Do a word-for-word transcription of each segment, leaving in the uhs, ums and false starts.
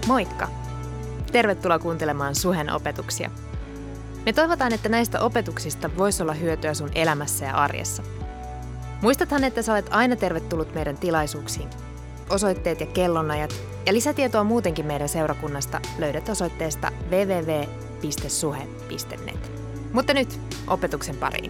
Moikka! Tervetuloa kuuntelemaan Suhen opetuksia. Me toivotaan, että näistä opetuksista voisi olla hyötyä sun elämässä ja arjessa. Muistathan, että sä olet aina tervetullut meidän tilaisuuksiin. Osoitteet ja kellonajat ja lisätietoa muutenkin meidän seurakunnasta löydät osoitteesta double-u double-u double-u piste suhe piste net. Mutta nyt opetuksen pariin.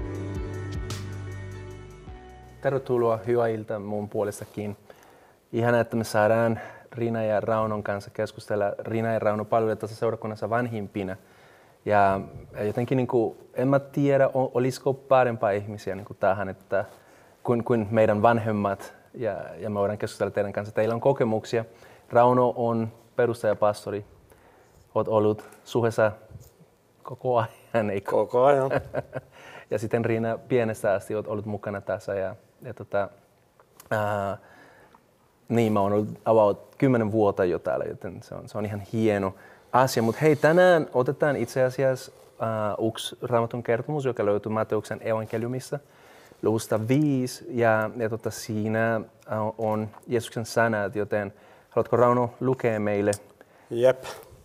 Tervetuloa, hyvää iltaa mun puolestakin. Ihana, että me saadaan Riina ja Raunon kanssa keskustella. Riina ja Rauno palvelee tässä seurakunnassa vanhimpina. Ja jotenkin niin kuin, en mä tiedä, olisiko parempaa ihmisiä niin kuin tähän, että kuin, kuin meidän vanhemmat. Ja, ja me voidaan keskustella teidän kanssa. Teillä on kokemuksia. Rauno on perustajapastori. Olet ollut Suhessa koko ajan, eikö? Koko ajan. Ja sitten Riina pienestä asti olet ollut mukana tässä. Ja, ja tota, ää, niin, mä oon ollut about kymmenen vuotta jo täällä, joten se on, se on ihan hieno asia. Mutta hei, tänään otetaan itse asiassa uh, yksi Raamatun kertomus, joka löytyy Matteuksen evankeliumissa, luvusta viisi. Ja, ja tota, siinä uh, on Jeesuksen sanat, joten haluatko Rauno lukea meille? Jep.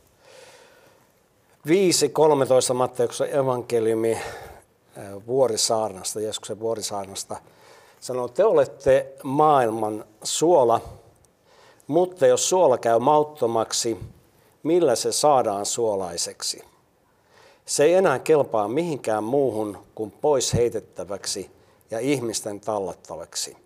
viisi kolmetoista Matteuksen evankeliumi vuorisaarnasta, Jeesuksen vuorisaarnasta. Sanoo, te olette maailman suola, mutta jos suola käy mauttomaksi, millä se saadaan suolaiseksi? Se ei enää kelpaa mihinkään muuhun kuin pois heitettäväksi ja ihmisten tallattavaksi.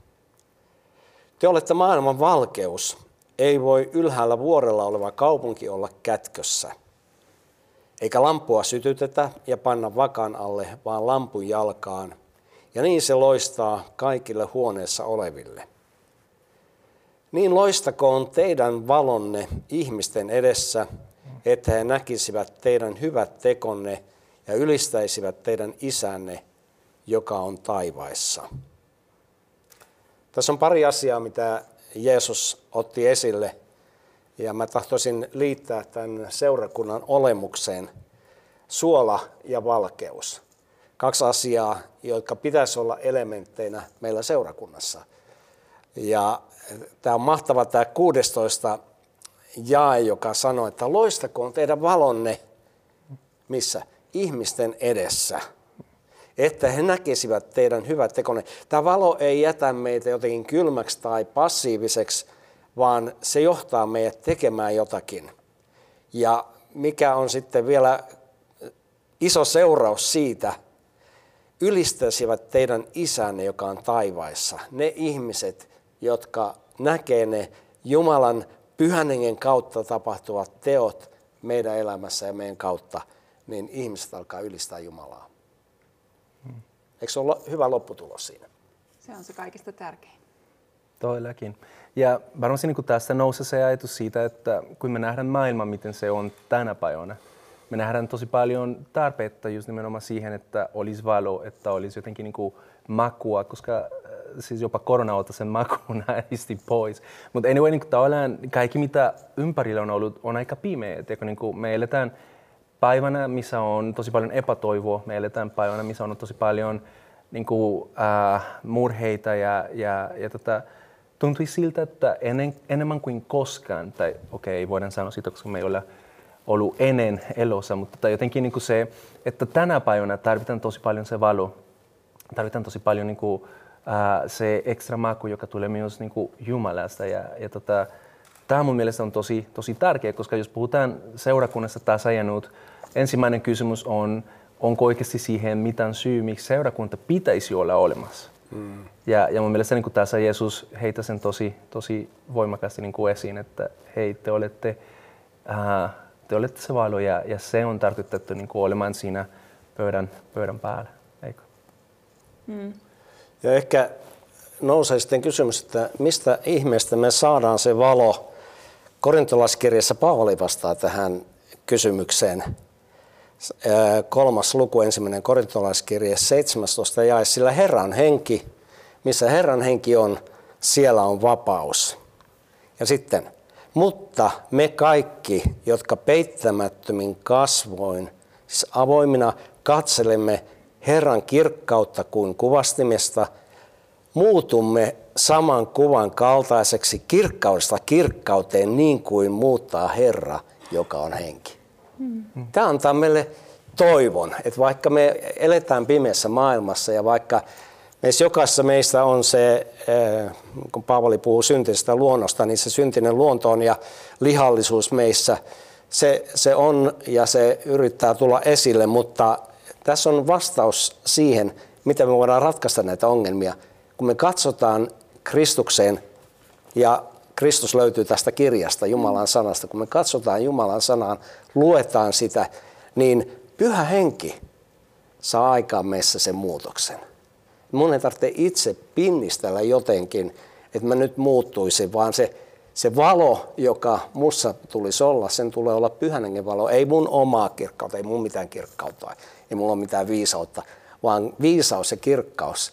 Te olette maailman valkeus, ei voi ylhäällä vuorella oleva kaupunki olla kätkössä. Eikä lampua sytytetä ja panna vakan alle, vaan lampun jalkaan. Ja niin se loistaa kaikille huoneessa oleville. Niin loistakoon teidän valonne ihmisten edessä, että he näkisivät teidän hyvät tekonne ja ylistäisivät teidän isänne, joka on taivaissa. Tässä on pari asiaa, mitä Jeesus otti esille, ja mä tahtoisin liittää tämän seurakunnan olemukseen: suola ja valkeus. Kaksi asiaa, jotka pitäisi olla elementteinä meillä seurakunnassa. Ja tämä on mahtava tämä kuusitoista jae, joka sanoo, että loistakoon teidän valonne, missä? Ihmisten edessä, että he näkisivät teidän hyvät tekonne. Tämä valo ei jätä meitä jotenkin kylmäksi tai passiiviseksi, vaan se johtaa meidät tekemään jotakin. Ja mikä on sitten vielä iso seuraus siitä, ylistäisivät teidän isänne, joka on taivaissa. Ne ihmiset, jotka näkee ne Jumalan pyhän hengen kautta tapahtuvat teot meidän elämässä ja meidän kautta, niin ihmiset alkaa ylistää Jumalaa. Hmm. Eikö se ole hyvä lopputulos siinä? Se on se kaikista tärkein. Todellakin. Ja varmasti niin tästä nousee se ajatus siitä, että kun me nähdään maailma, miten se on tänä päivänä, me nähdään tosi paljon tarpeetta just nimenomaan siihen, että olisi valo, että olisi jotenkin niin kuin makua, koska siis jopa korona ottaa sen makuun näisti pois. Mutta anyway, niin kuin tavallaan kaikki mitä ympärillä on ollut on aika pimeä. Niin kuin me eletään päivänä, missä on tosi paljon epätoivoa. Me eletään päivänä, missä on tosi paljon niin kuin, äh, murheita ja, ja, ja tota, tuntui siltä, että ennen, enemmän kuin koskaan, tai okei, okay, voidaan sanoa siitä, koska me ei ole ollut ennen elossa, mutta jotenkin niin kuin se, että tänä päivänä tarvitaan tosi paljon se valo, tarvitaan tosi paljon niin kuin, uh, se ekstra maku, joka tulee myös niin kuin Jumalasta. Ja, ja tota, tämä mun mielestä on tosi, tosi tärkeä, koska jos puhutaan seurakunnasta tässä ja nyt, ensimmäinen kysymys on, onko oikeasti siihen mitään syy, miksi seurakunta pitäisi olla olemassa. Mm. Ja, ja mun mielestä niin kuin tässä Jeesus heitä sen tosi, tosi voimakkaasti niin kuin esiin, että hei, te olette... Uh, Te olette se valo ja, ja se on tarkoitettu niin kuin olemaan siinä pöydän, pöydän päällä, eikö? Mm. Ja ehkä nousee sitten kysymys, että mistä ihmeestä me saadaan se valo. Korintolaiskirjassa Paavali vastaa tähän kysymykseen. Kolmas luku, ensimmäinen korintolaiskirje, seitsemästoista jae, sillä Herran henki, missä Herran henki on, siellä on vapaus. Ja sitten... Mutta me kaikki, jotka peittämättömin kasvoin, siis avoimina katselemme Herran kirkkautta kuin kuvastimesta, muutumme saman kuvan kaltaiseksi kirkkaudesta kirkkauteen niin kuin muuttaa Herra, joka on henki. Mm. Tämä antaa meille toivon, että vaikka me eletään pimeässä maailmassa ja vaikka meissä jokaisessa meistä on se, kun Paavali puhuu syntisestä luonnosta, niin se syntinen luonto on ja lihallisuus meissä, se, se on ja se yrittää tulla esille, mutta tässä on vastaus siihen, miten me voidaan ratkaista näitä ongelmia. Kun me katsotaan Kristukseen, ja Kristus löytyy tästä kirjasta, Jumalan sanasta, kun me katsotaan Jumalan sanaan, luetaan sitä, niin Pyhä Henki saa aikaan meissä sen muutoksen. Mun ei tarvitse itse pinnistellä jotenkin, että mä nyt muuttuisin, vaan se, se valo, joka mussa tulisi olla, sen tulee olla Pyhän Hengen valo. Ei mun omaa kirkkautta, ei mun mitään kirkkautta, ei mulla ole mitään viisautta, vaan viisaus ja kirkkaus,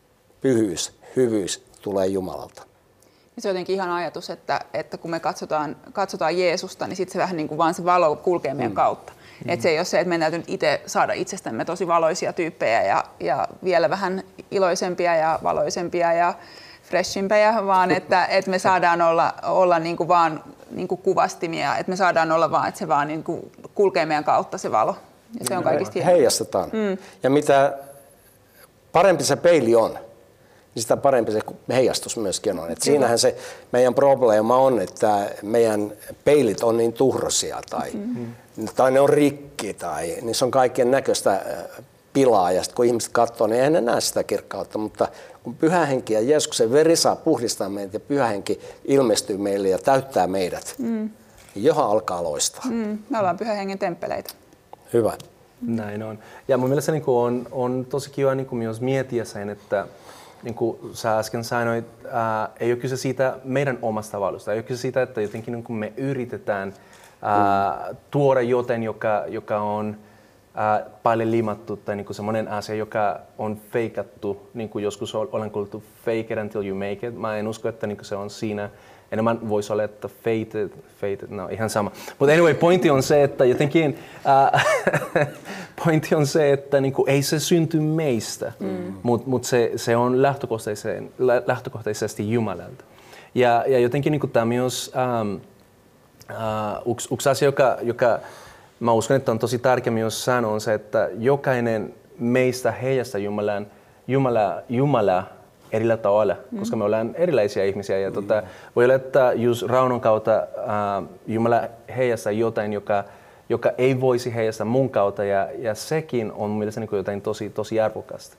pyhyys, hyvyys tulee Jumalalta. Se on jotenkin ihan ajatus, että, että kun me katsotaan, katsotaan Jeesusta, niin sitten se vähän niin kuin vaan se valo kulkee meidän mm. kautta. Mm. Että se ei ole se, että meidän täytyy nyt itse saada itsestämme tosi valoisia tyyppejä ja, ja vielä vähän iloisempia ja valoisempia ja freshimpejä, vaan että, että me saadaan olla, olla niin kuin vaan niin kuin kuvastimia, että me saadaan olla vaan, että se vaan niin kuin kulkee meidän kautta se valo. Ja se on kaikista hienoa. Heijastetaan. Mm. Ja mitä parempi se peili on, niin sitä parempi se heijastus myöskin on. Et siinähän se meidän probleema on, että meidän peilit on niin tuhrosia tai, mm-hmm. tai ne on rikki tai niissä on kaiken näköistä pilaa. Ja sitten kun ihmiset katsoo, niin eihän ne näe sitä kirkkautta. Mutta kun Pyhä Henki ja Jeesuksen veri saa puhdistaa meitä ja Pyhä Henki ilmestyy meille ja täyttää meidät, mm. niin johon alkaa loistaa. Mm. Me ollaan Pyhän Hengen temppeleitä. Hyvä. Näin on. Ja mun mielestä niin on, on tosi kiva niin myös miettiä sen, että niin kuin sä äsken sanoit, ää, ei ole kyse siitä meidän omasta valosta. Ei ole kyse siitä, että jotenkin niin kuin me yritetään ää, mm. tuoda jotain, joka, joka on ää, paljon limattu tai niin kuin semmoinen asia, joka on feikattu. Niin kuin joskus olen kuullut fake it until you make it. Mä en usko, että niin kuin se on siinä. Enemmän voisi olla, että fated, fated, no ihan sama. Mutta anyway, pointti on se, että jotenkin, äh, pointti on se, että niinku, ei se synty meistä, mm. mutta mut se, se on lähtökohtaisesti Jumalalta. Ja, ja jotenkin niinku, tämä myös ähm, äh, yksi, yksi asia, joka, joka mä uskon, että on tosi tärkeä myös sanoa, on se, että jokainen meistä heijastaa Jumalan, Jumala, Jumala erillä tavalla, mm. koska me ollaan erilaisia ihmisiä. Ja mm. tota, voi olla, että just raunan kautta äh, Jumala heijastaa jotain, joka, joka ei voisi heijastaa mun kautta. Ja, ja sekin on mielestäni niin jotain tosi, tosi arvokasta.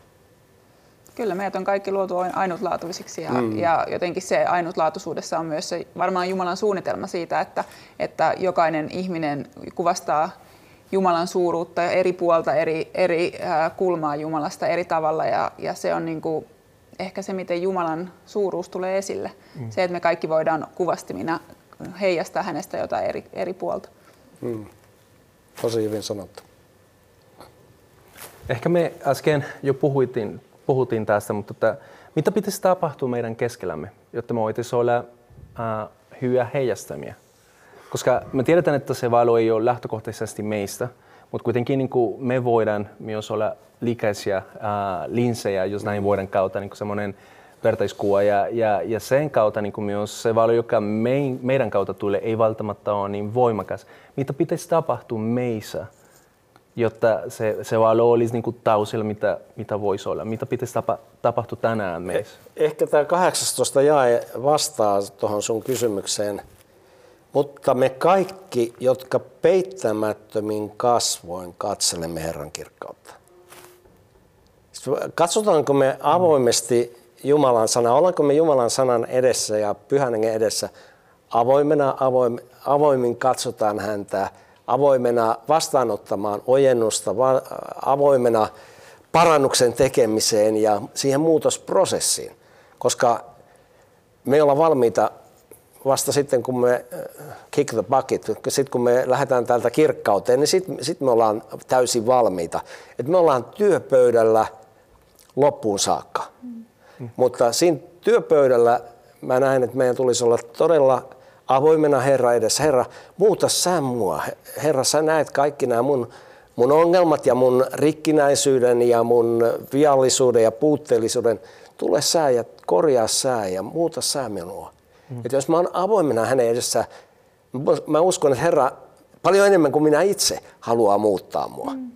Kyllä, meidät on kaikki luotu ainutlaatuisiksi ja, mm. ja jotenkin se ainutlaatuisuudessa on myös se varmaan Jumalan suunnitelma siitä, että, että jokainen ihminen kuvastaa Jumalan suuruutta ja eri puolta, eri, eri äh, kulmaa Jumalasta eri tavalla ja, ja se on niin kuin ehkä se, miten Jumalan suuruus tulee esille. Mm. Se, että me kaikki voidaan kuvastimina heijastaa hänestä jotain eri, eri puolta. Mm. Tosi hyvin sanottu. Ehkä me äsken jo puhuitin, puhuttiin tästä, mutta että, mitä pitäisi tapahtua meidän keskellämme, jotta me voitaisiin olla äh, hyviä heijastamia? Koska me tiedetään, että se valo ei ole lähtökohtaisesti meistä, mutta kuitenkin niin kuin me voidaan myös olla likaisia äh, linsejä, jos näin voidaan kautta, niin kuin semmoinen vertaiskuva. Ja, ja, ja sen kautta niin kuin myös se valo, joka mein, meidän kautta tulee, ei välttämättä ole niin voimakas. Mitä pitäisi tapahtua meissä, jotta se, se valo olisi niin kuin tausilla, mitä, mitä voisi olla? Mitä pitäisi tapa, tapahtua tänään meissä? Eh, ehkä tämä kahdeksastoista jae vastaa tuohon sun kysymykseen. Mutta me kaikki, jotka peittämättömin kasvoin katselemme Herran kirkkautta. Katsotaanko me avoimesti Jumalan sanaa, ollaanko me Jumalan sanan edessä ja Pyhän Hengen edessä avoimena, avoim, avoimin katsotaan häntä, avoimena vastaanottamaan ojennusta, va, avoimena parannuksen tekemiseen ja siihen muutosprosessiin, koska me ollaan valmiita vasta sitten, kun me kick the bucket, sitten kun me lähdetään täältä kirkkauteen, niin sitten sit me ollaan täysin valmiita. Et me ollaan työpöydällä loppuun saakka. Mm. Mutta siinä työpöydällä mä näen, että meidän tulisi olla todella avoimena Herra edessä. Herra, muuta sä mua. Herra, sä näet kaikki nämä mun, mun ongelmat ja mun rikkinäisyyden ja mun viallisuuden ja puutteellisuuden. tule sää ja korjaa sää ja muuta sää minua. Mm. Että jos mä oon avoimena hänen edessä, mä uskon, että Herra paljon enemmän kuin minä itse haluaa muuttaa mua. Mm.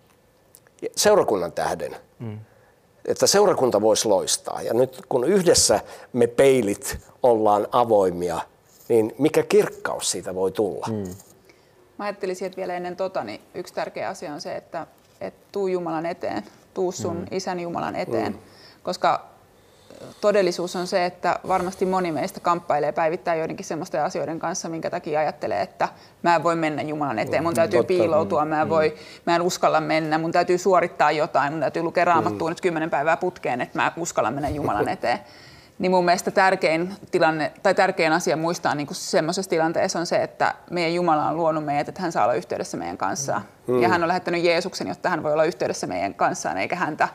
Seurakunnan tähden. Mm. Että seurakunta voisi loistaa. Ja nyt kun yhdessä me peilit ollaan avoimia, niin mikä kirkkaus siitä voi tulla? Mm. Mä ajattelisin, että vielä ennen tota, niin yksi tärkeä asia on se, että, että tuu Jumalan eteen, tuu sun mm. isän Jumalan eteen. Mm. Koska todellisuus on se, että varmasti moni meistä kamppailee päivittäin joidenkin semmoisten asioiden kanssa, minkä takia ajattelee, että mä en voi mennä Jumalan eteen, mun täytyy Totta. piiloutua, mä en, voi, mä en uskalla mennä, mun täytyy suorittaa jotain, mun täytyy lukea Raamattua mm. nyt kymmenen päivää putkeen, että mä uskallan mennä Jumalan eteen. Niin mun mielestä tärkein, tilanne, tai tärkein asia muistaa niin semmoisessa tilanteessa on se, että meidän Jumala on luonut meidät, että hän saa olla yhteydessä meidän kanssaan. Mm. Ja hän on lähettänyt Jeesuksen, jotta hän voi olla yhteydessä meidän kanssaan, eikä häntä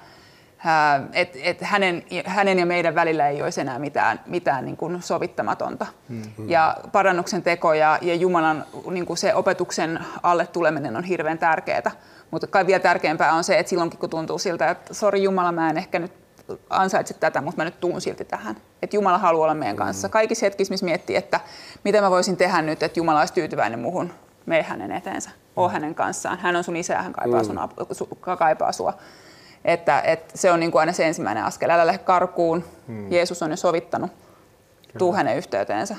että et hänen, hänen ja meidän välillä ei olisi enää mitään, mitään niin kuin sovittamatonta. Mm-hmm. Ja parannuksen teko ja, ja Jumalan niin kuin se opetuksen alle tuleminen on hirveän tärkeää. Mutta kai vielä tärkeämpää on se, että silloinkin kun tuntuu siltä, että sori Jumala, mä en ehkä nyt ansaitse tätä, mutta mä nyt tuun silti tähän. Että Jumala haluaa olla meidän kanssa. Kaikissa hetkissä, missä miettii, että mitä mä voisin tehdä nyt, että Jumala olisi tyytyväinen muhun, mene hänen eteensä, oo hänen kanssaan. Hän on sun isä ja hän kaipaa, sun, su, kaipaa sua. Että, että se on niin kuin aina se ensimmäinen askel. Älä lähde karkuun. Hmm. Jeesus on jo sovittanut. Kyllä. Tuu hänen yhteyteensä.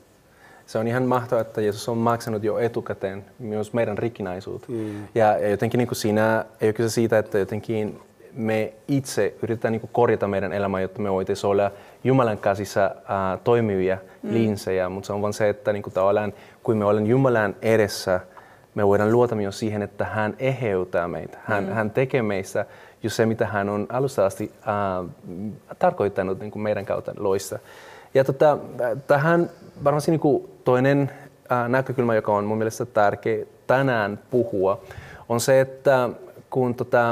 Se on ihan mahtavaa, että Jeesus on maksanut jo etukäteen myös meidän rikkinäisyyttä. Hmm. Ja, ja jotenkin niin kuin siinä ei ole kyse siitä, että jotenkin me itse yritetään niin kuin korjata meidän elämää, jotta me voitaisiin olla Jumalan käsissä äh, toimivia hmm. linsejä. Mutta se on vain se, että niin kuin tavallaan, kun me olemme Jumalan edessä, me voidaan luottaa myös siihen, että hän eheytää meitä. Hän, hmm. hän tekee meistä just se, mitä hän on alusta asti äh, tarkoittanut niin kuin meidän kautta loissa. Ja tota, tähän varmasti niin kuin toinen äh, näkökulma, joka on mun mielestä tärkeä tänään puhua, on se, että kun tota,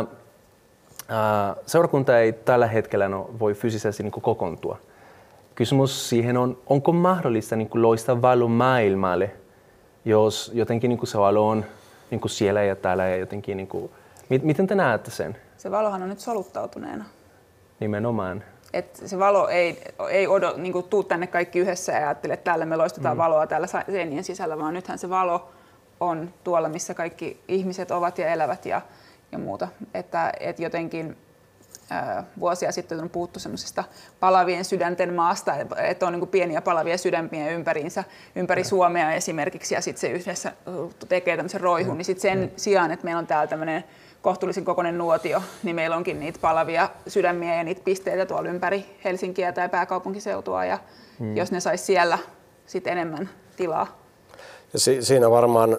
äh, seurakunta ei tällä hetkellä no, voi fyysisesti niin kuin kokoontua. Kysymys siihen on, onko mahdollista niin kuin loistaa valo maailmalle, jos jotenkin niin kuin se valo on niin kuin siellä ja täällä ja jotenkin, niin kuin, miten te näette sen? Se valohan on nyt soluttautuneena. Nimenomaan. Et se valo ei, ei odot, niin kuin tuu tänne kaikki yhdessä ja ajattele, että täällä me loistetaan mm. valoa täällä seinien sisällä, vaan nythän se valo on tuolla, missä kaikki ihmiset ovat ja elävät ja, ja muuta. Että et jotenkin ää, vuosia sitten on puhuttu semmoisesta palavien sydänten maasta, että on niin kuin pieniä palavia sydämiä ympäriinsä, ympäri Suomea esimerkiksi, ja sitten se yhdessä tekee tämmöisen roihun, mm. niin sitten sen mm. sijaan, että meillä on täällä tämmöinen kohtuullisen kokoinen nuotio, niin meillä onkin niitä palavia sydämiä ja niitä pisteitä tuolla ympäri Helsinkiä tai pääkaupunkiseutua, ja hmm. jos ne sais siellä sit enemmän tilaa. Ja si- siinä varmaan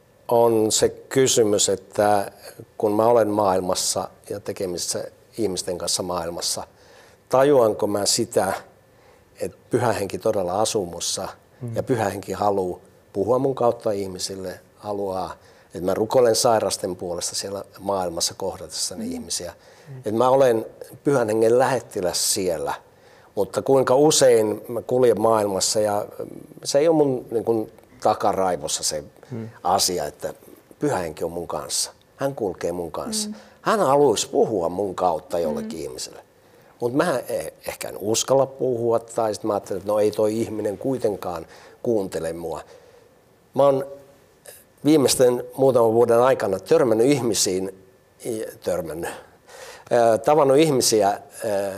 on se kysymys, että kun mä olen maailmassa ja tekemisissä ihmisten kanssa maailmassa, tajuanko mä sitä, että Pyhä Henki todella asuu mussa hmm. ja Pyhä Henki haluaa puhua mun kautta ihmisille, haluaa, että mä rukoilen sairasten puolesta siellä maailmassa kohdatessani mm. ihmisiä. Mm. Että mä olen Pyhän Hengen lähettiläs siellä, mutta kuinka usein mä kuljen maailmassa ja se ei ole mun niin kuin, takaraivossa se mm. asia, että Pyhä Henki on mun kanssa. Hän kulkee mun kanssa. Mm. Hän haluaisi puhua mun kautta jollekin mm. ihmiselle. Mutta mä ehkä en uskalla puhua tai sitten mä ajattelen, että no ei toi ihminen kuitenkaan kuuntele mua. Mä oon viimeisten muutaman vuoden aikana törmännyt ihmisiin, törmännyt, äh, tavannut ihmisiä, äh,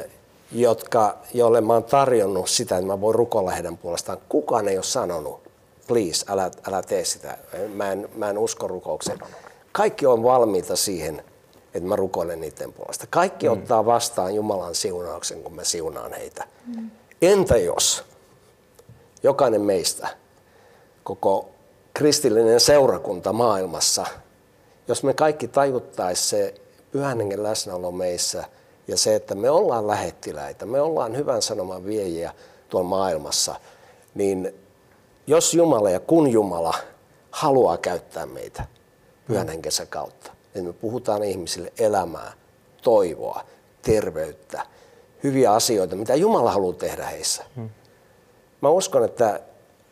jotka, joille mä oon tarjonnut sitä, että mä voin rukoilla heidän puolestaan. Kukaan ei ole sanonut, please, älä, älä tee sitä, mä en, mä en usko rukoukseen. Kaikki on valmiita siihen, että mä rukoilen niiden puolesta. Kaikki mm. ottaa vastaan Jumalan siunauksen, kun mä siunaan heitä. Mm. Entä jos jokainen meistä, koko kristillinen seurakunta maailmassa, jos me kaikki tajuttaisiin se Pyhän Hengen läsnäolo meissä ja se, että me ollaan lähettiläitä, me ollaan hyvän sanoman viejiä tuolla maailmassa, niin jos Jumala ja kun Jumala haluaa käyttää meitä Pyhän Henkensä kautta, niin me puhutaan ihmisille elämää, toivoa, terveyttä, hyviä asioita, mitä Jumala haluaa tehdä heissä. Hmm. Mä uskon, että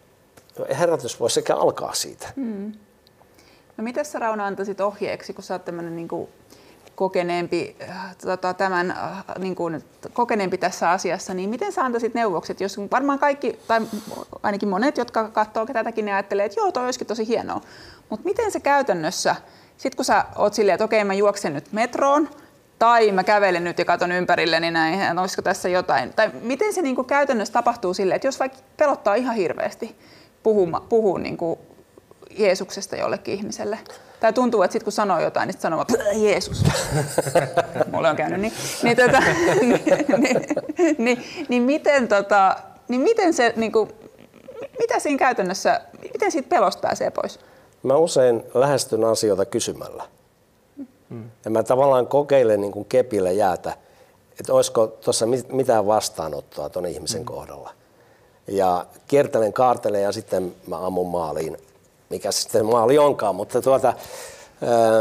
herätys voi sekä alkaa siitä. Hmm. No mitä sä, Rauno, antaisit ohjeeksi, kun sä oot tämmönen niin kuin kokeneempi, tota, tämän, niin kuin, kokeneempi tässä asiassa, niin miten sä antaisit neuvokset, jos varmaan kaikki, tai ainakin monet, jotka katsoo tätäkin, ne ajattelee, että joo, toi olisikin tosi hienoa, mutta miten se käytännössä, sit kun sä oot silleen, että okei, mä juoksen nyt metroon, tai mä kävelen nyt ja katson ympärilleni näin, olisiko tässä jotain, tai miten se niin kuin käytännössä tapahtuu silleen, että jos vaikka pelottaa ihan hirveästi puhua, puhua niin kuin Jeesuksesta jollekin ihmiselle, tai tuntuu, että sit kun sanoo jotain, niin sit sanoo vaan, Jeesus. Mulle on käynyt niin. Niin, tota, niin, niin, niin, niin, miten, tota, niin miten se, niin kuin, mitä siinä käytännössä, miten siitä pelosta pääsee pois? Mä usein lähestyn asioita kysymällä. Hmm. Ja mä tavallaan kokeilen niin kuin kepillä jäätä, että olisiko tuossa mitään vastaanottoa ton ihmisen hmm. kohdalla. Ja kiertelen, kaartelen ja sitten mä ammun maaliin. Mikä sitten maali onkaan, mutta tuota, ää,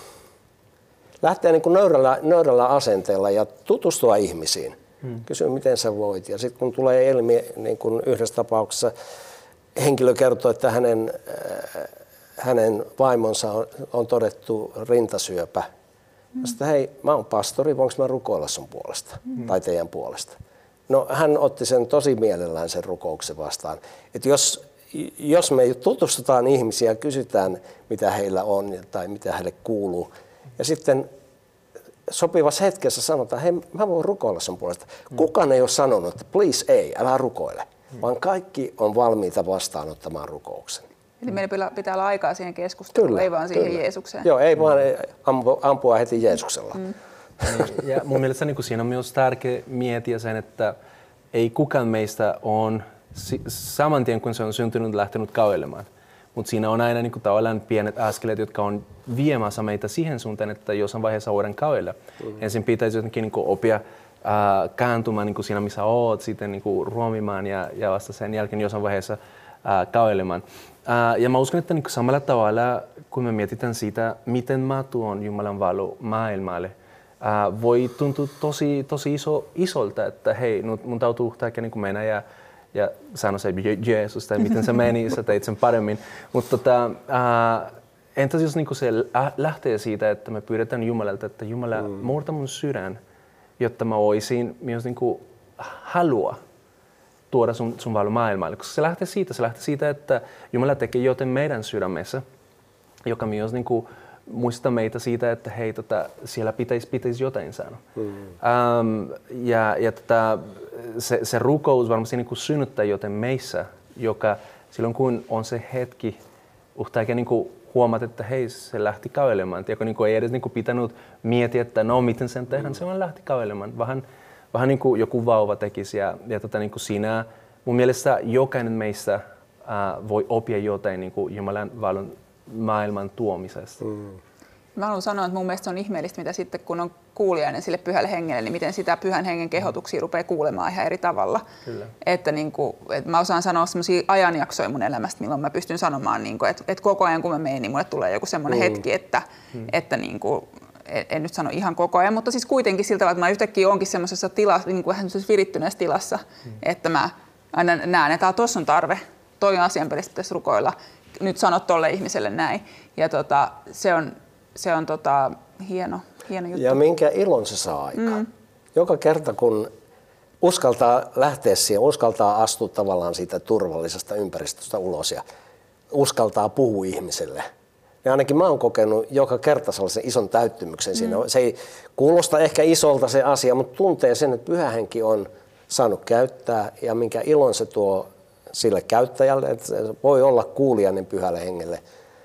lähtee niin kuin nöyrällä, nöyrällä asenteella ja tutustua ihmisiin. Hmm. Kysyä, miten sä voit. Ja sitten kun tulee ilmi, niin kuin yhdessä tapauksessa henkilö kertoo, että hänen, ää, hänen vaimonsa on, on todettu rintasyöpä. Hmm. Sitten hei, mä oon pastori, voinko mä rukoilla sun puolesta hmm. tai teidän puolesta? No hän otti sen tosi mielellään sen rukouksen vastaan. Että jos Jos me tutustutaan ihmisiä ja kysytään, mitä heillä on tai mitä heille kuuluu, ja sitten sopivassa hetkessä sanotaan, hei, mä voin rukoilla sun puolesta. Kukaan ei ole sanonut, että please ei, älä rukoile, vaan kaikki on valmiita vastaanottamaan rukouksen. Eli meillä pitää olla aikaa siihen keskusteluun, kyllä, ei vaan siihen kyllä. Jeesukseen. Joo, ei vaan ampua heti Jeesuksella. Mm. Ja mun mielestä niin siinä on myös tärkeä miettiä sen, että ei kukaan meistä on saman tien, kun se on syntynyt, lähtenyt kävelemaan. Mutta siinä on aina niin kuin, tavallaan pienet askeleet, jotka on viemässä meitä siihen suuntaan, että jossain vaiheessa voidaan kävellä. Mm-hmm. Ensin pitäisi jotenkin niin kuin, oppia äh, kääntymään niin kuin siinä, missä oot, sitten niin kuin, ruomimaan ja, ja vasta sen jälkeen jossain vaiheessa äh, kävelemään. Äh, ja mä uskon, että niin kuin, samalla tavalla, kun me mietitään siitä, miten mä tuon Jumalan valo maailmalle, äh, voi tuntua tosi, tosi iso, isolta, että hei, nyt mun täytyy yhtäkkiä niin kuin mennä ja ja sano se Jeesus tai miten se meni, sä teit sen paremmin. Mutta tota, äh, entäs jos niinku se lähtee siitä, että me pyydetään Jumalalta, että Jumala mm. murta mun sydän, jotta mä voisin myös niinku halua tuoda sun, sun valo maailmalle. Koska se lähtee siitä, se lähtee siitä, että Jumala tekee joten meidän sydämessä, joka myös niinku muistaa meitä siitä, että hei, tota, siellä pitäisi, pitäisi jotain sanoa. Mm. Um, ja ja tota, se, se rukous varmasti niin kuin synnyttää joten meissä, joka silloin kun on se hetki, yhtäkkiä niin kuin huomaat, että hei, se lähti kävelemään. Tiedätkö, niin kuin ei edes niin kuin pitänyt miettiä, että no miten sen tehdään, mm. se vaan lähti kävelemään. Vähän, vähän niin kuin joku vauva tekisi. Ja, ja tota, niin kuin siinä mun mielestä jokainen meistä uh, voi oppia jotain niin kuin Jumalan valon maailman tuomisesta. Mm. Mä haluan sanoa, että mun mielestä se on ihmeellistä, mitä sitten kun on kuulijainen sille pyhälle hengelle, niin miten sitä pyhän hengen kehotuksia rupeaa kuulemaan ihan eri tavalla. Kyllä. Että, niin kuin, että mä osaan sanoa sellaisia ajanjaksoja mun elämästä, milloin mä pystyn sanomaan, niin kuin, että, että koko ajan kun mä menen, niin mulle tulee joku semmoinen mm. hetki, että, mm. että niin kuin, en nyt sano ihan koko ajan, mutta siis kuitenkin siltä tavalla, että mä yhtäkkiä onkin semmoisessa tilassa, niin kuin vähän virittyneessä tilassa, mm. että mä aina näen, että tuossa on tarve, toi asian pelistä pitäisi rukoilla, nyt sanot tolle ihmiselle näin. Ja tota, se on, se on tota, hieno, hieno juttu. Ja minkä ilon se saa aikaan. Mm. Joka kerta kun uskaltaa lähteä siihen, uskaltaa astua tavallaan siitä turvallisesta ympäristöstä ulos ja uskaltaa puhua ihmiselle. Ja ainakin mä oon kokenut joka kerta sellaisen ison täyttymyksen siinä. Mm. Se ei kuulosta ehkä isolta se asia, mutta tuntee sen, että Pyhä Henki on saanut käyttää ja minkä ilon se tuo sille käyttäjälle, että se voi olla kuulijainen Pyhälle Hengelle.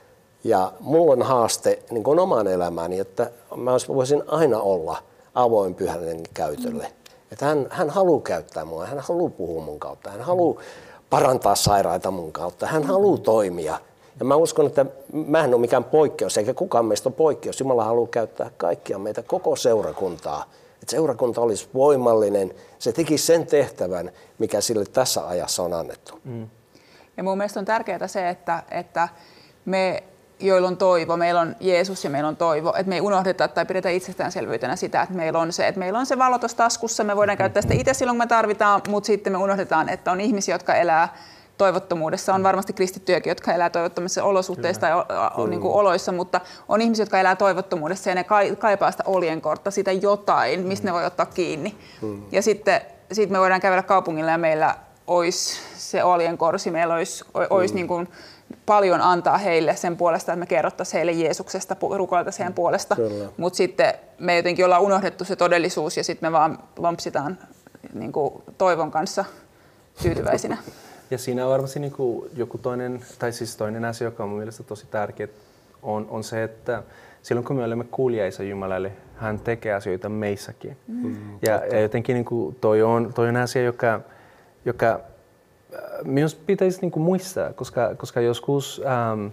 Ja mulla on haaste niin kuin omaan elämääni, että mä voisin aina olla avoin Pyhän Hengen käytölle. Mm. Että hän, hän haluaa käyttää mua, hän haluaa puhua mun kautta, hän haluaa parantaa sairaita mun kautta, hän mm. haluaa toimia. Ja mä uskon, että mä en ole mikään poikkeus, eikä kukaan meistä ole poikkeus. Jumala haluaa käyttää kaikkia meitä, koko seurakuntaa. Että seurakunta olisi voimallinen, se teki sen tehtävän, mikä sille tässä ajassa on annettu. Mm. Ja mun mielestä on tärkeää se, että, että me, joilla on toivo, meillä on Jeesus ja meillä on toivo, että me ei unohdeta tai pidetä itsestäänselvyytenä sitä, että meillä on se, että meillä on se valo tuossa taskussa, me voidaan käyttää sitä itse silloin, kun me tarvitaan, mutta sitten me unohdetaan, että on ihmisiä, jotka elää toivottomuudessa. On varmasti kristittyjäkin, jotka elää toivottomissa olosuhteissa tai o, niin kuin oloissa, mutta on ihmisiä, jotka elää toivottomuudessa ja ne kaipaa sitä oljenkortta, sitä jotain, mistä mm. ne voi ottaa kiinni. Mm. Ja sitten sit me voidaan kävellä kaupungilla ja meillä olisi se oljenkorsi, meillä olisi, olisi mm. niin kuin paljon antaa heille sen puolesta, että me kerrottaisiin heille Jeesuksesta, rukoiltaisiin heidän puolesta, mutta sitten me jotenkin ollaan unohdettu se todellisuus ja sitten me vaan lompsitaan niin kuin toivon kanssa tyytyväisinä. Ja siinä on varmasti niin kuin joku toinen, tai siis toinen asia, joka on mun mielestä tosi tärkeä, on, on se, että silloin kun me olemme kuuliaisia Jumalalle, hän tekee asioita meissäkin. Mm. Ja, ja jotenkin niin kuin toi, on, toi on asia, joka, joka myös pitäisi niin kuin muistaa, koska, koska joskus ähm,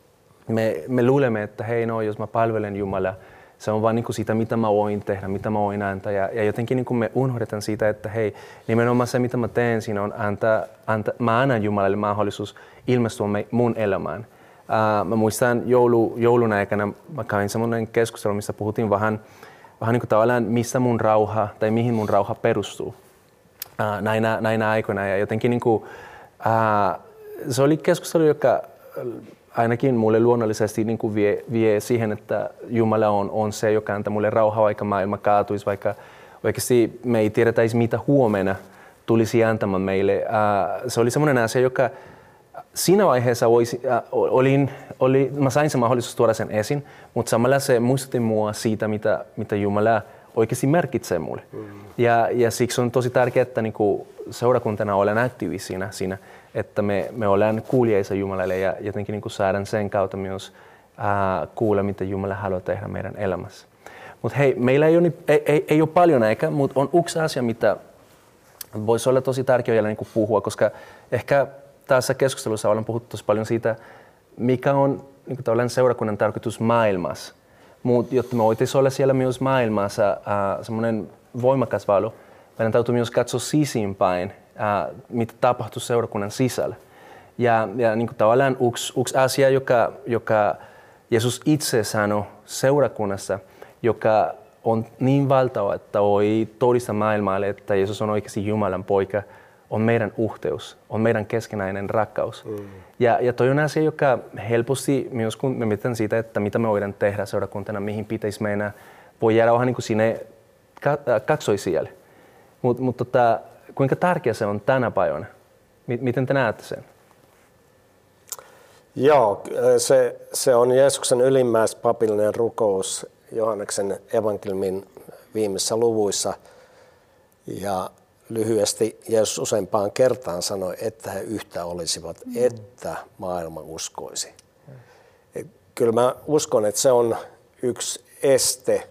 me, me luulemme, että hei no, jos mä palvelen Jumalaa, se on vaan niin kuin sitä, mitä mä voin tehdä, mitä mä voin antaa. Ja, ja jotenkin niin kuin me unohdetaan siitä, että hei, nimenomaan se, mitä mä teen siinä on antaa, antaa, mä annan Jumalalle mahdollisuus ilmestyä me, mun elämään. Uh, mä muistan joulu, joulun aikana, mä kävin semmoinen keskustelu, missä puhuttiin vähän, vähän niin kuin tavallaan, mistä mun rauha tai mihin mun rauha perustuu uh, näinä, näinä aikoina. Ja jotenkin niin kuin, uh, se oli keskustelu, joka ainakin mulle luonnollisesti niin kuin vie, vie siihen, että Jumala on, on se, joka antaa mulle rauhaa, vaikka maailma kaatuisi, vaikka oikeasti me ei tiedetäisi, mitä huomenna tulisi antamaan meille. Uh, se oli semmoinen asia, joka siinä vaiheessa olisi, äh, olin, oli, mä sain sen mahdollisuus tuoda sen esiin, mutta samalla se muistutti mua siitä, mitä, mitä Jumala oikeasti merkitsee mulle. Mm. Ja, ja siksi on tosi tärkeää, että niinku seurakuntana olen aktiivisina siinä, että me, me ollaan kuuliaisia Jumalalle ja jotenkin niinku saadaan sen kautta myös äh, kuulla, mitä Jumala haluaa tehdä meidän elämässä. Mutta hei, meillä ei ole, ei, ei, ei ole paljon aikaa, mutta on yksi asia, mitä voisi olla tosi tärkeää vielä niinku puhua, koska ehkä tässä keskustelussa ollaan puhuttu tosi paljon siitä, mikä on niin kuin seurakunnan tarkoitus maailmassa. Mutta jotta me voitaisiin olla siellä myös maailmassa äh, semmoinen voimakas valo, meidän täytyy myös katsoa sisimpäin, äh, mitä tapahtuu seurakunnan sisällä. Ja, ja niin kuin tavallaan yksi, yksi asia, joka, joka Jeesus itse sanoi seurakunnassa, joka on niin valtava, että voi todistaa maailmalle, että Jeesus on oikeasti Jumalan poika, on meidän yhteys, on meidän keskenäinen rakkaus. Mm. Ja, ja toi on asia, joka helposti, myös kun me mietitään siitä, että mitä me voidaan tehdä seurakuntana, mihin pitäisi mennä, voi jäädä vähän niin kuin sinne kaksoisijalle. Mutta mut tota, kuinka tärkeä se on tänä päivänä? Miten te näette sen? Joo, se, se on Jeesuksen ylimmäispapillinen rukous Johanneksen evankeliumin viimeisissä luvuissa. Ja lyhyesti Jeesus useampaan kertaan sanoi, että he yhtä olisivat, mm. että maailma uskoisi. Mm. Kyllä mä uskon, että se on yksi este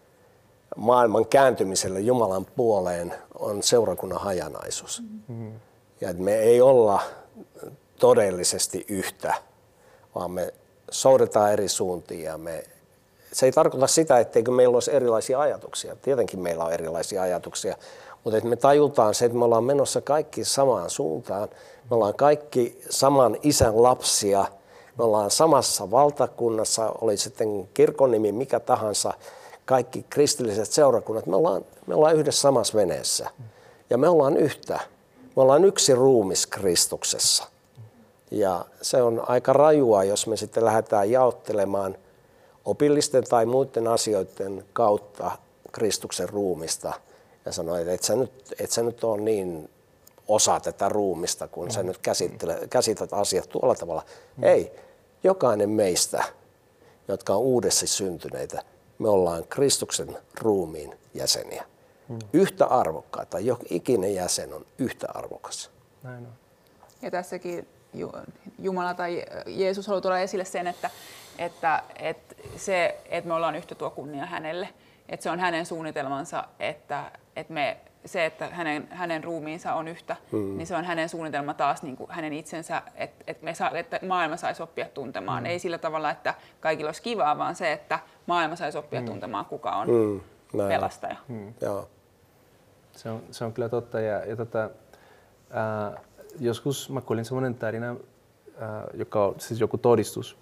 maailman kääntymiselle Jumalan puoleen, on seurakunnan hajanaisuus. Mm. Ja että me ei olla todellisesti yhtä, vaan me soudetaan eri suuntiin. Ja me, se ei tarkoita sitä, etteikö meillä olisi erilaisia ajatuksia. Tietenkin meillä on erilaisia ajatuksia. Mutta että me tajutaan se, että me ollaan menossa kaikki samaan suuntaan. Me ollaan kaikki saman isän lapsia. Me ollaan samassa valtakunnassa, oli sitten kirkon nimi mikä tahansa. Kaikki kristilliset seurakunnat, me ollaan, me ollaan yhdessä samassa veneessä. Ja me ollaan yhtä. Me ollaan yksi ruumis Kristuksessa. Ja se on aika rajua, jos me sitten lähdetään jaottelemaan opillisten tai muiden asioiden kautta Kristuksen ruumista. Ja sanoi, että et sä, nyt, et sä nyt ole niin osa tätä ruumista, kun sä nyt käsität asiat tuolla tavalla. Mm. Ei, jokainen meistä, jotka on uudessa syntyneitä, me ollaan Kristuksen ruumiin jäseniä. Mm. Yhtä arvokkaita, joka ikinen jäsen on yhtä arvokas. Näin on. Ja tässäkin Jumala tai Jeesus haluaa tuoda esille sen, että, että, että, se, että me ollaan yhtä tuo kunnia hänelle. Että se on hänen suunnitelmansa, että, että me, se, että hänen, hänen ruumiinsa on yhtä, mm. niin se on hänen suunnitelma taas niin kuin hänen itsensä, että, että, me saa, että maailma saisi oppia tuntemaan. Mm. Ei sillä tavalla, että kaikilla olisi kivaa, vaan se, että maailma saisi oppia mm. tuntemaan, kuka on mm. pelastaja. Mm. Joo. Se, on, se on kyllä totta. Ja, ja tota, äh, joskus mä kuulin sellainen tarina, äh, joka on siis joku todistus.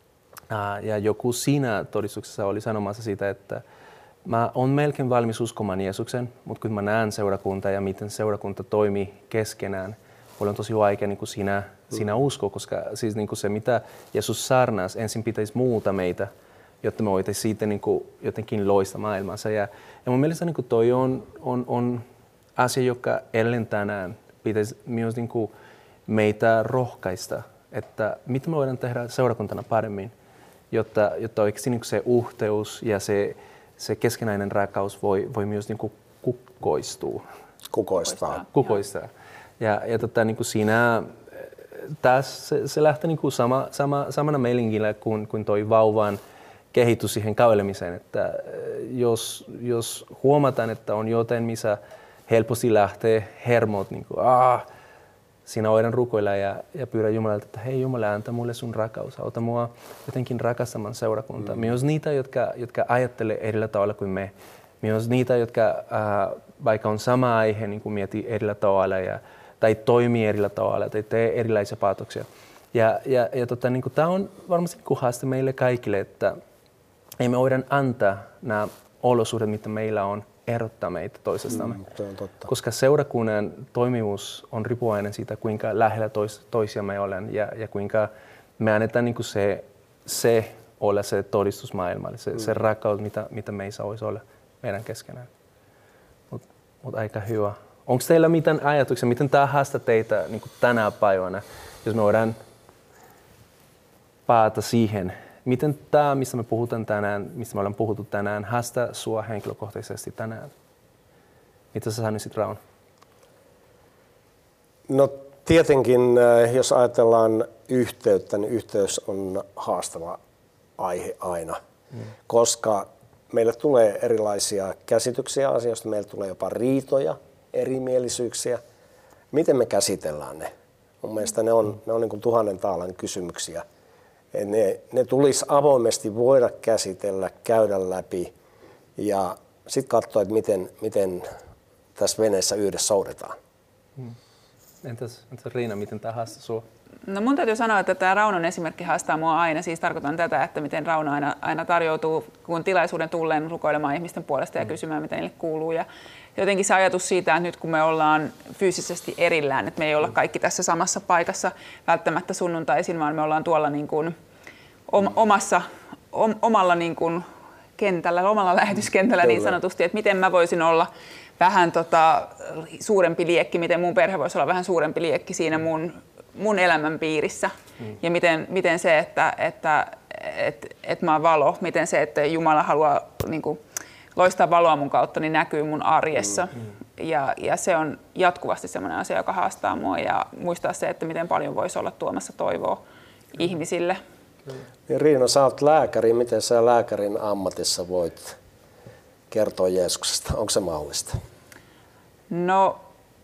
Äh, ja joku siinä todistuksessa oli sanomassa siitä, että mä oon melkein valmis uskomaan Jeesuksen, mutta kun mä näen seurakuntaa ja miten seurakunta toimii keskenään, mulla on tosi vaikea niin kuin sinä, mm. sinä uskoa, koska siis niin kuin se, mitä Jeesus saarnasi, ensin pitäisi muuta meitä, jotta me voitaisiin siitä niin kuin jotenkin loista maailmassa. Ja, ja mun mielestä niin kuin toi on, on, on asia, joka edelleen tänään pitäisi myös niin kuin meitä rohkaista, että mitä me voidaan tehdä seurakuntana paremmin, jotta, jotta oikeasti niin kuin se uhteus ja se, se keskenäinen rakkaus voi, voi myös niin kuin kukoistua. Kukoistaa. Kukoistaa. Ja, ja tota, niin kuin siinä, taas se, se lähtee niin kuin sama, sama, samana meilingillä kuin, kuin toi vauvan kehitys siihen kävelemiseen. Että jos, jos huomataan, että on jotain, missä helposti lähtee hermot, niin kuin, aah, siinä voidaan rukoilla ja, ja pyydä Jumalalta, että hei Jumala, anta mulle sun rakkaus, auta mua jotenkin rakastamaan seurakuntaa. Mm. Myös niitä, jotka, jotka ajattelee erillä tavalla kuin me. Myös niitä, jotka äh, vaikka on sama aihe, niin kuin miettii erillä tavalla ja, tai toimii erillä tavalla tai tee erilaisia päätöksiä. Ja, ja, ja tota, niin tämä on varmasti niin haaste meille kaikille, että ei me voida antaa nämä olosuhteet, mitä meillä on, erottaa meitä toisestamme. Mm, se on totta. Koska seurakunnan toimivuus on riippuvainen siitä, kuinka lähellä tois, toisia me ollaan ja, ja kuinka me annetaan niin se, se olla se todistus maailmalle, se, mm. se rakkaus, mitä, mitä meissä voisi olla meidän keskenään. Mutta mut aika hyvä. Onko teillä mitään ajatuksia, miten tämä haastaa teitä niin tänä päivänä, jos me voidaan palata siihen, miten tämä, mistä me puhutaan tänään, mistä me ollaan puhuttu tänään, haastaa sua henkilökohtaisesti tänään? Mitä sä sanoisit, Rauno? No tietenkin, jos ajatellaan yhteyttä, niin yhteys on haastava aihe aina, mm. koska meille tulee erilaisia käsityksiä asioista, meille tulee jopa riitoja, erimielisyyksiä. Miten me käsitellään ne? Mun mielestä ne on, ne on niin kuin tuhannen taalan kysymyksiä. Ne, ne tulisi avoimesti voida käsitellä, käydä läpi ja sitten katsoa, että miten, miten tässä veneessä yhdessä soudetaan. Hmm. Entäs, entäs Riina, miten tämä haastaa sinua? No mun täytyy sanoa, että tämä Raunon esimerkki haastaa mua aina. Siis tarkoitan tätä, että miten Rauno aina, aina tarjoutuu, kun tilaisuuden tulleen rukoilemaan ihmisten puolesta ja hmm. kysymään, mitä niille kuuluu. Ja jotenkin se ajatus siitä, että nyt kun me ollaan fyysisesti erillään, että me ei olla kaikki tässä samassa paikassa välttämättä sunnuntaisin, vaan me ollaan tuolla niin kuin omassa, om, omalla niin kuin kentällä, omalla lähetyskentällä niin sanotusti, että miten mä voisin olla vähän tota, suurempi liekki, miten mun perhe voisi olla vähän suurempi liekki siinä mun, mun elämän piirissä. Mm. Ja miten, miten se, että, että et, et mä oon valo, miten se, että Jumala haluaa niin kuin loistaa valoa mun kautta, niin näkyy mun arjessa. Mm. Ja, ja se on jatkuvasti sellainen asia, joka haastaa mua ja muistaa se, että miten paljon voisi olla tuomassa toivoa mm. ihmisille. Niin Riina, sä oot lääkäri. Miten sä lääkärin ammatissa voit kertoa Jeesuksesta? Onko se mahdollista? No,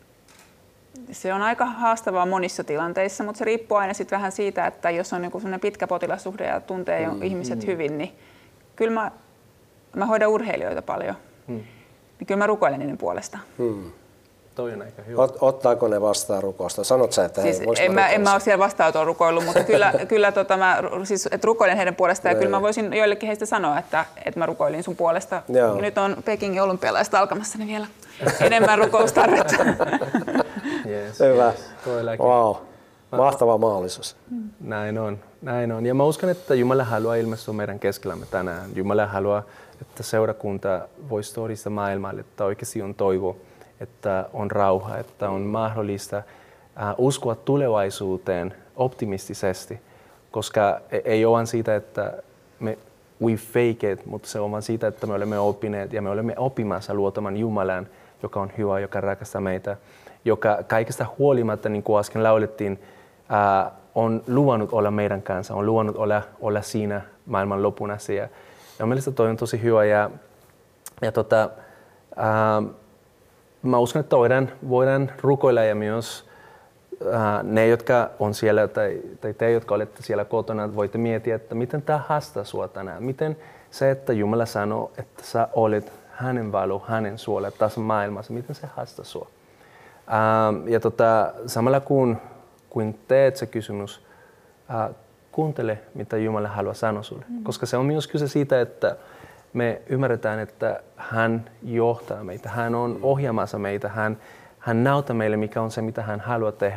se on aika haastavaa monissa tilanteissa, mutta se riippuu aina sit vähän siitä, että jos on joku sellainen pitkä potilassuhde ja tuntee mm, ihmiset mm. hyvin, niin kyllä mä, mä hoidan urheilijoita paljon. Mm. Niin kyllä mä rukoilen niiden puolesta. Mm. Toi on aika hyvä. Ot, ottaako ne vastaan rukousta? Sanot sä, että siis hei, voinko en, mä, mä, en mä ole siellä vastaanotolla rukoillut, mutta kyllä, kyllä tota, mä, siis, että rukoilen heidän puolestaan ja kyllä mä voisin joillekin heistä sanoa, että, että mä rukoilin sun puolesta. Joo. Nyt on Pekingin olympialaista alkamassa, niin vielä enemmän rukoustarvetta. Yes. Hyvä. Wow. Mahtava mahdollisuus. Näin on, näin on. Ja mä uskon, että Jumala haluaa ilmestyä meidän keskellämme tänään. Jumala haluaa, että seurakunta voisi todistaa maailmalle, että oikeasti on toivo, että on rauha, että on mahdollista uh, uskoa tulevaisuuteen optimistisesti, koska ei ole vain siitä, että me we fake it, mutta se on vain siitä, että me olemme oppineet ja me olemme oppimassa luotamaan Jumalan, joka on hyvä, joka rakastaa meitä, joka kaikesta huolimatta, niin kuin äsken laulettiin, uh, on luvannut olla meidän kanssa, on luvannut olla, olla siinä maailman lopun asti. Ja, ja mielestäni toi on tosi hyvä. Ja, ja tota, uh, mä uskon, että voidaan, voidaan rukoilla ja myös uh, ne, jotka on siellä tai, tai te, jotka olette siellä kotona, voitte miettiä, että miten tämä haastaa sua tänään. Miten se, että Jumala sanoo, että sä olet hänen valo, hänen suola tässä maailmassa, miten se haastaa sua. Uh, ja tota, samalla kun, kun teet se kysymys, uh, kuuntele, mitä Jumala haluaa sanoa sulle. Mm. Koska se on myös kyse siitä, että me ymmärretään, että hän johtaa meitä, hän on ohjaamassa meitä, hän, hän näyttää meille, mikä on se, mitä hän haluaa tehdä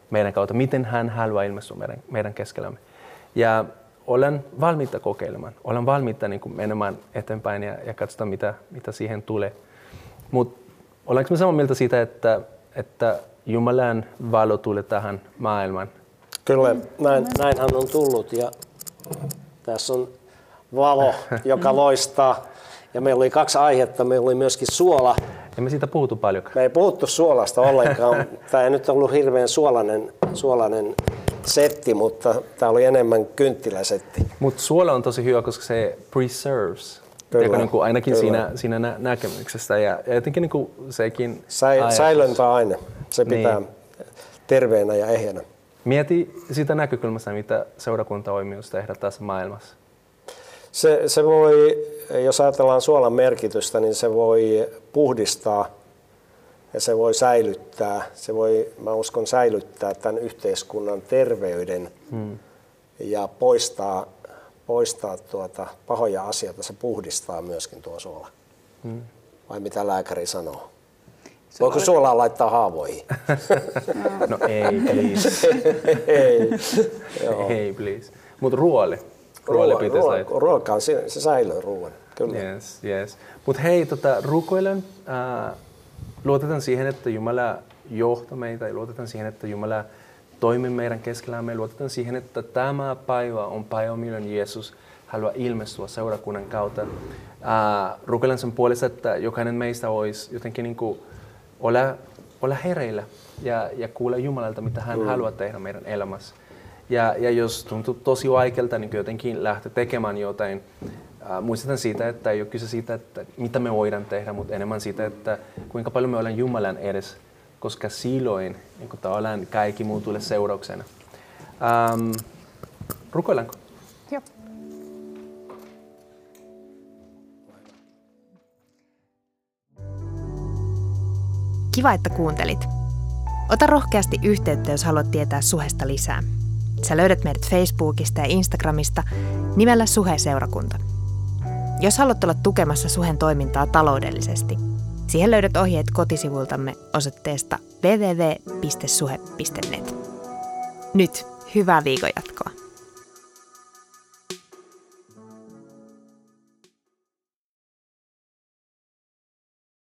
meidän kautta, miten hän haluaa ilmestyä meidän, meidän keskellämme. Ja olen valmiita kokeilemaan, olen valmiita niin kuin menemään eteenpäin ja, ja katsotaan, mitä, mitä siihen tulee. Mutta olenko me samaa mieltä siitä, että, että Jumalan valo tulee tähän maailmaan? Kyllä, näin, näinhän on tullut ja tässä on valo, joka loistaa. Ja meillä oli kaksi aihetta, meillä oli myöskin suola. Emme siitä puhuttu paljonkaan. Me ei puhuttu suolasta ollenkaan. Tämä ei nyt ollut hirveän suolainen, suolainen setti, mutta tämä oli enemmän kynttiläsetti. Mutta suola on tosi hyvä, koska se preserves. Kyllä, niin kuin ainakin kyllä. siinä, siinä nä- näkemyksestä. Ja, ja jotenkin niin kuin sekin... Säi, säilöntä aine. Se pitää niin. terveenä ja ehjänä. Mieti sitä näkökulmasta, mitä seurakunta voi myös tehdä tässä maailmassa. Se, se voi, jos ajatellaan suolan merkitystä, niin se voi puhdistaa ja se voi säilyttää. Se voi, mä uskon, säilyttää tämän yhteiskunnan terveyden hmm. ja poistaa, poistaa tuota pahoja asioita. Se puhdistaa myöskin tuo suola. Hmm. Vai mitä lääkäri sanoo? Voiko suolaa laittaa haavoihin? No ei, please. ei, ei, please. Mutta ruoali. Ruoali pitäisi laittaa. Ruoka on, se, se säilyy ruoan. Kyllä. Yes, yes. Mutta hei, tota, rukoilen. Äh, luotetaan siihen, että Jumala johtaa meitä. Luotetaan siihen, että Jumala toimii meidän keskellämme. Luotetaan siihen, että tämä päivä on päivä, milloin Jeesus haluaa ilmestyä seurakunnan kautta. Äh, rukoilen sen puolesta, että jokainen meistä olisi jotenkin niin kuin olla, olla hereillä ja, ja kuulla Jumalalta, mitä hän mm. haluaa tehdä meidän elämässä. Ja, ja jos tuntuu tosi vaikealta niin jotenkin lähteä tekemään jotain, äh, muistetaan siitä, että ei ole kyse siitä, että mitä me voidaan tehdä, mutta enemmän siitä, että kuinka paljon me ollaan Jumalan edessä, koska silloin niin tavallaan kaikki muu tulee seurauksena. Ähm, rukoillaanko? Joo. Kiva, että kuuntelit. Ota rohkeasti yhteyttä, jos haluat tietää Suhesta lisää. Sä löydät meidät Facebookista ja Instagramista nimellä Suhe-seurakunta. Jos haluat olla tukemassa Suhen toimintaa taloudellisesti, siihen löydät ohjeet kotisivuiltamme osoitteesta double-u double-u double-u piste suhe piste net. Nyt hyvää viikon jatkoa.